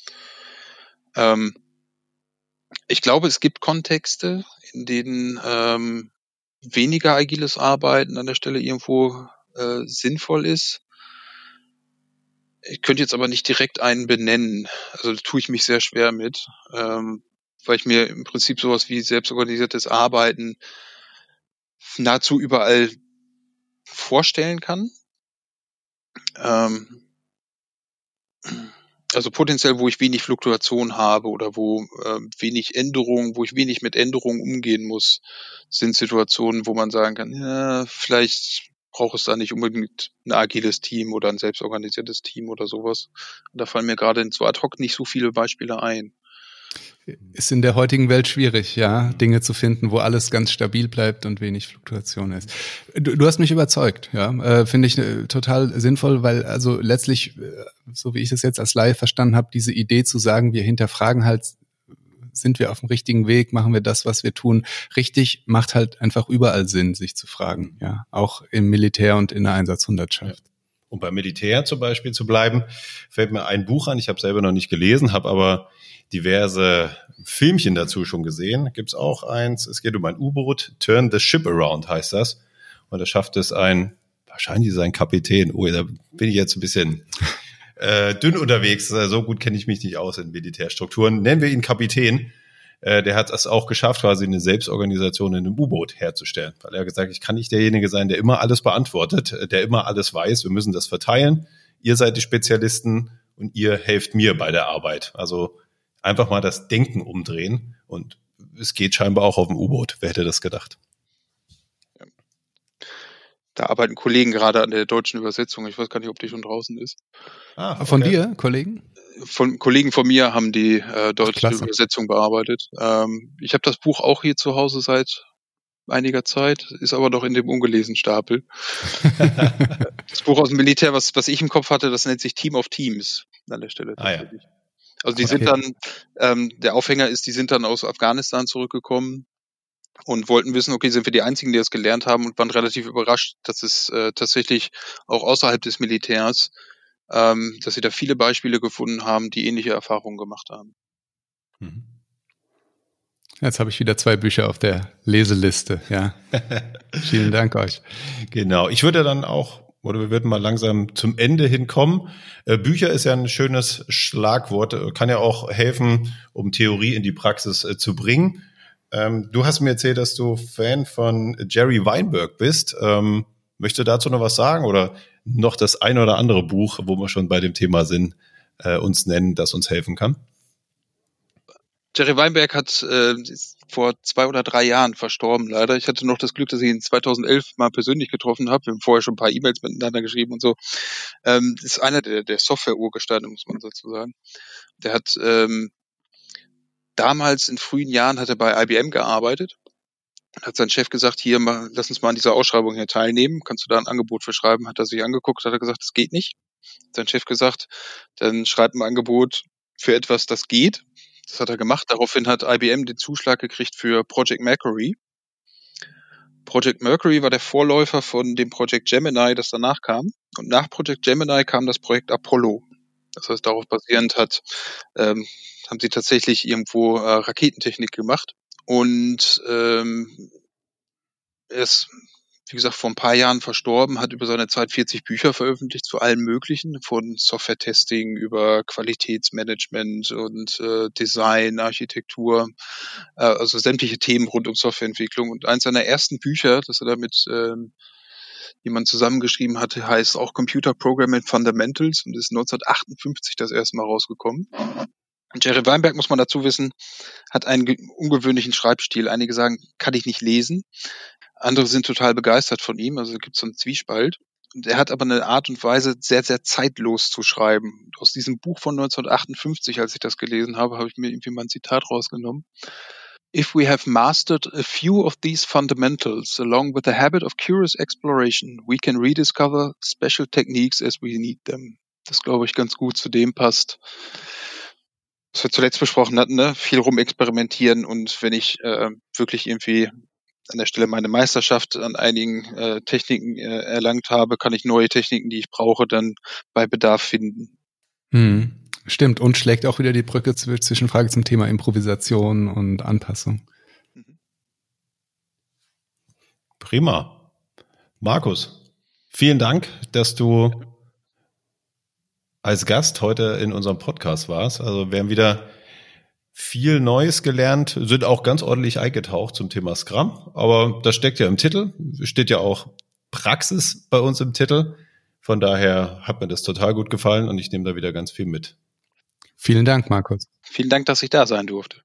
Ähm, ich glaube, es gibt Kontexte, in denen ähm, weniger agiles Arbeiten an der Stelle irgendwo äh, sinnvoll ist. Ich könnte jetzt aber nicht direkt einen benennen. Also da tue ich mich sehr schwer mit, ähm, weil ich mir im Prinzip sowas wie selbstorganisiertes Arbeiten nahezu überall vorstellen kann. Ähm, also potenziell, wo ich wenig Fluktuation habe oder wo äh, wenig Änderungen, wo ich wenig mit Änderungen umgehen muss, sind Situationen, wo man sagen kann, ja, vielleicht braucht es da nicht unbedingt ein agiles Team oder ein selbstorganisiertes Team oder sowas. Und da fallen mir gerade in so ad hoc nicht so viele Beispiele ein. Ist in der heutigen Welt schwierig, ja, Dinge zu finden, wo alles ganz stabil bleibt und wenig Fluktuation ist. Du, du hast mich überzeugt, ja, äh, finde ich äh, total sinnvoll, weil also letztlich, äh, so wie ich es jetzt als Laie verstanden habe, diese Idee zu sagen, wir hinterfragen halt, sind wir auf dem richtigen Weg, machen wir das, was wir tun, richtig, macht halt einfach überall Sinn, sich zu fragen, ja, auch im Militär und in der Einsatzhundertschaft. Ja. Um beim Militär zum Beispiel zu bleiben, fällt mir ein Buch an, ich habe selber noch nicht gelesen, habe aber diverse Filmchen dazu schon gesehen. Gibt's auch eins, es geht um ein U-Boot, Turn the Ship Around heißt das. Und da schafft es ein, wahrscheinlich sein Kapitän, oh, da bin ich jetzt ein bisschen äh, dünn unterwegs, so gut kenne ich mich nicht aus in Militärstrukturen. Nennen wir ihn Kapitän. Äh, der hat es auch geschafft, quasi eine Selbstorganisation in einem U-Boot herzustellen. Weil er gesagt hat, ich kann nicht derjenige sein, der immer alles beantwortet, der immer alles weiß. Wir müssen das verteilen. Ihr seid die Spezialisten und ihr helft mir bei der Arbeit. Also einfach mal das Denken umdrehen. Und es geht scheinbar auch auf dem U-Boot. Wer hätte das gedacht? Da arbeiten Kollegen gerade an der deutschen Übersetzung. Ich weiß gar nicht, ob die schon draußen ist. Ah, okay. Von dir, Kollegen? Von Kollegen von mir haben die äh, deutsche Ach, Übersetzung bearbeitet. Ähm, ich habe das Buch auch hier zu Hause seit einiger Zeit, ist aber noch in dem ungelesenen Stapel. Das Buch aus dem Militär, was, was ich im Kopf hatte, das nennt sich Team of Teams an der Stelle tatsächlich. Ah, ja. Also die okay. sind dann, ähm, der Aufhänger ist, die sind dann aus Afghanistan zurückgekommen und wollten wissen, okay, sind wir die Einzigen, die das gelernt haben, und waren relativ überrascht, dass es äh, tatsächlich auch außerhalb des Militärs, ähm, dass sie da viele Beispiele gefunden haben, die ähnliche Erfahrungen gemacht haben. Mhm. Jetzt habe ich wieder zwei Bücher auf der Leseliste, ja. Vielen Dank euch. Genau, ich würde dann auch, oder wir würden mal langsam zum Ende hinkommen. Äh, Bücher ist ja ein schönes Schlagwort, kann ja auch helfen, um Theorie in die Praxis äh, zu bringen. Ähm, du hast mir erzählt, dass du Fan von Jerry Weinberg bist. Ähm, möchtest du dazu noch was sagen oder noch das ein oder andere Buch, wo wir schon bei dem Thema sind, äh, uns nennen, das uns helfen kann? Jerry Weinberg hat äh, ist vor zwei oder drei Jahren verstorben, leider. Ich hatte noch das Glück, dass ich ihn zweitausendelf mal persönlich getroffen habe. Wir haben vorher schon ein paar E-Mails miteinander geschrieben und so. Ähm, ist einer der, der Software-Urgesteine, muss man dazu sagen. Der hat ähm, damals in frühen Jahren hat er bei I B M gearbeitet. Hat sein Chef gesagt, hier, mal, lass uns mal an dieser Ausschreibung hier teilnehmen. Kannst du da ein Angebot für schreiben? Hat er sich angeguckt, hat er gesagt, das geht nicht. Hat sein Chef gesagt, dann schreib ein Angebot für etwas, das geht. Das hat er gemacht. Daraufhin hat I B M den Zuschlag gekriegt für Project Mercury. Project Mercury war der Vorläufer von dem Project Gemini, das danach kam. Und nach Project Gemini kam das Projekt Apollo. Das heißt, darauf basierend hat, ähm, haben sie tatsächlich irgendwo äh, Raketentechnik gemacht. Und ähm, er ist, wie gesagt, vor ein paar Jahren verstorben, hat über seine Zeit vierzig Bücher veröffentlicht zu allem Möglichen, von Software-Testing über Qualitätsmanagement und äh, Design, Architektur, äh, also sämtliche Themen rund um Softwareentwicklung. Und eins seiner ersten Bücher, das er da mit ähm, jemand zusammengeschrieben hatte, heißt auch Computer Programming Fundamentals und ist neunzehnhundertachtundfünfzig das erste Mal rausgekommen. Und Jerry Weinberg, muss man dazu wissen, hat einen ge- ungewöhnlichen Schreibstil. Einige sagen, kann ich nicht lesen. Andere sind total begeistert von ihm. Also gibt es so einen Zwiespalt. Und er hat aber eine Art und Weise, sehr, sehr zeitlos zu schreiben. Und aus diesem Buch von neunzehnhundertachtundfünfzig, als ich das gelesen habe, habe ich mir irgendwie mal ein Zitat rausgenommen. If we have mastered a few of these fundamentals, along with the habit of curious exploration, we can rediscover special techniques as we need them. Das, glaube ich, ganz gut zu dem passt, was wir zuletzt besprochen hatten, ne? Viel rumexperimentieren und wenn ich äh, wirklich irgendwie an der Stelle meine Meisterschaft an einigen äh, Techniken äh, erlangt habe, kann ich neue Techniken, die ich brauche, dann bei Bedarf finden. Hm, stimmt, und schlägt auch wieder die Brücke zwischen Frage zum Thema Improvisation und Anpassung. Prima. Markus, vielen Dank, dass du als Gast heute in unserem Podcast warst. Also wir haben wieder viel Neues gelernt, sind auch ganz ordentlich eingetaucht zum Thema Scrum, aber das steckt ja im Titel, steht ja auch Praxis bei uns im Titel. Von daher hat mir das total gut gefallen und ich nehme da wieder ganz viel mit. Vielen Dank, Markus. Vielen Dank, dass ich da sein durfte.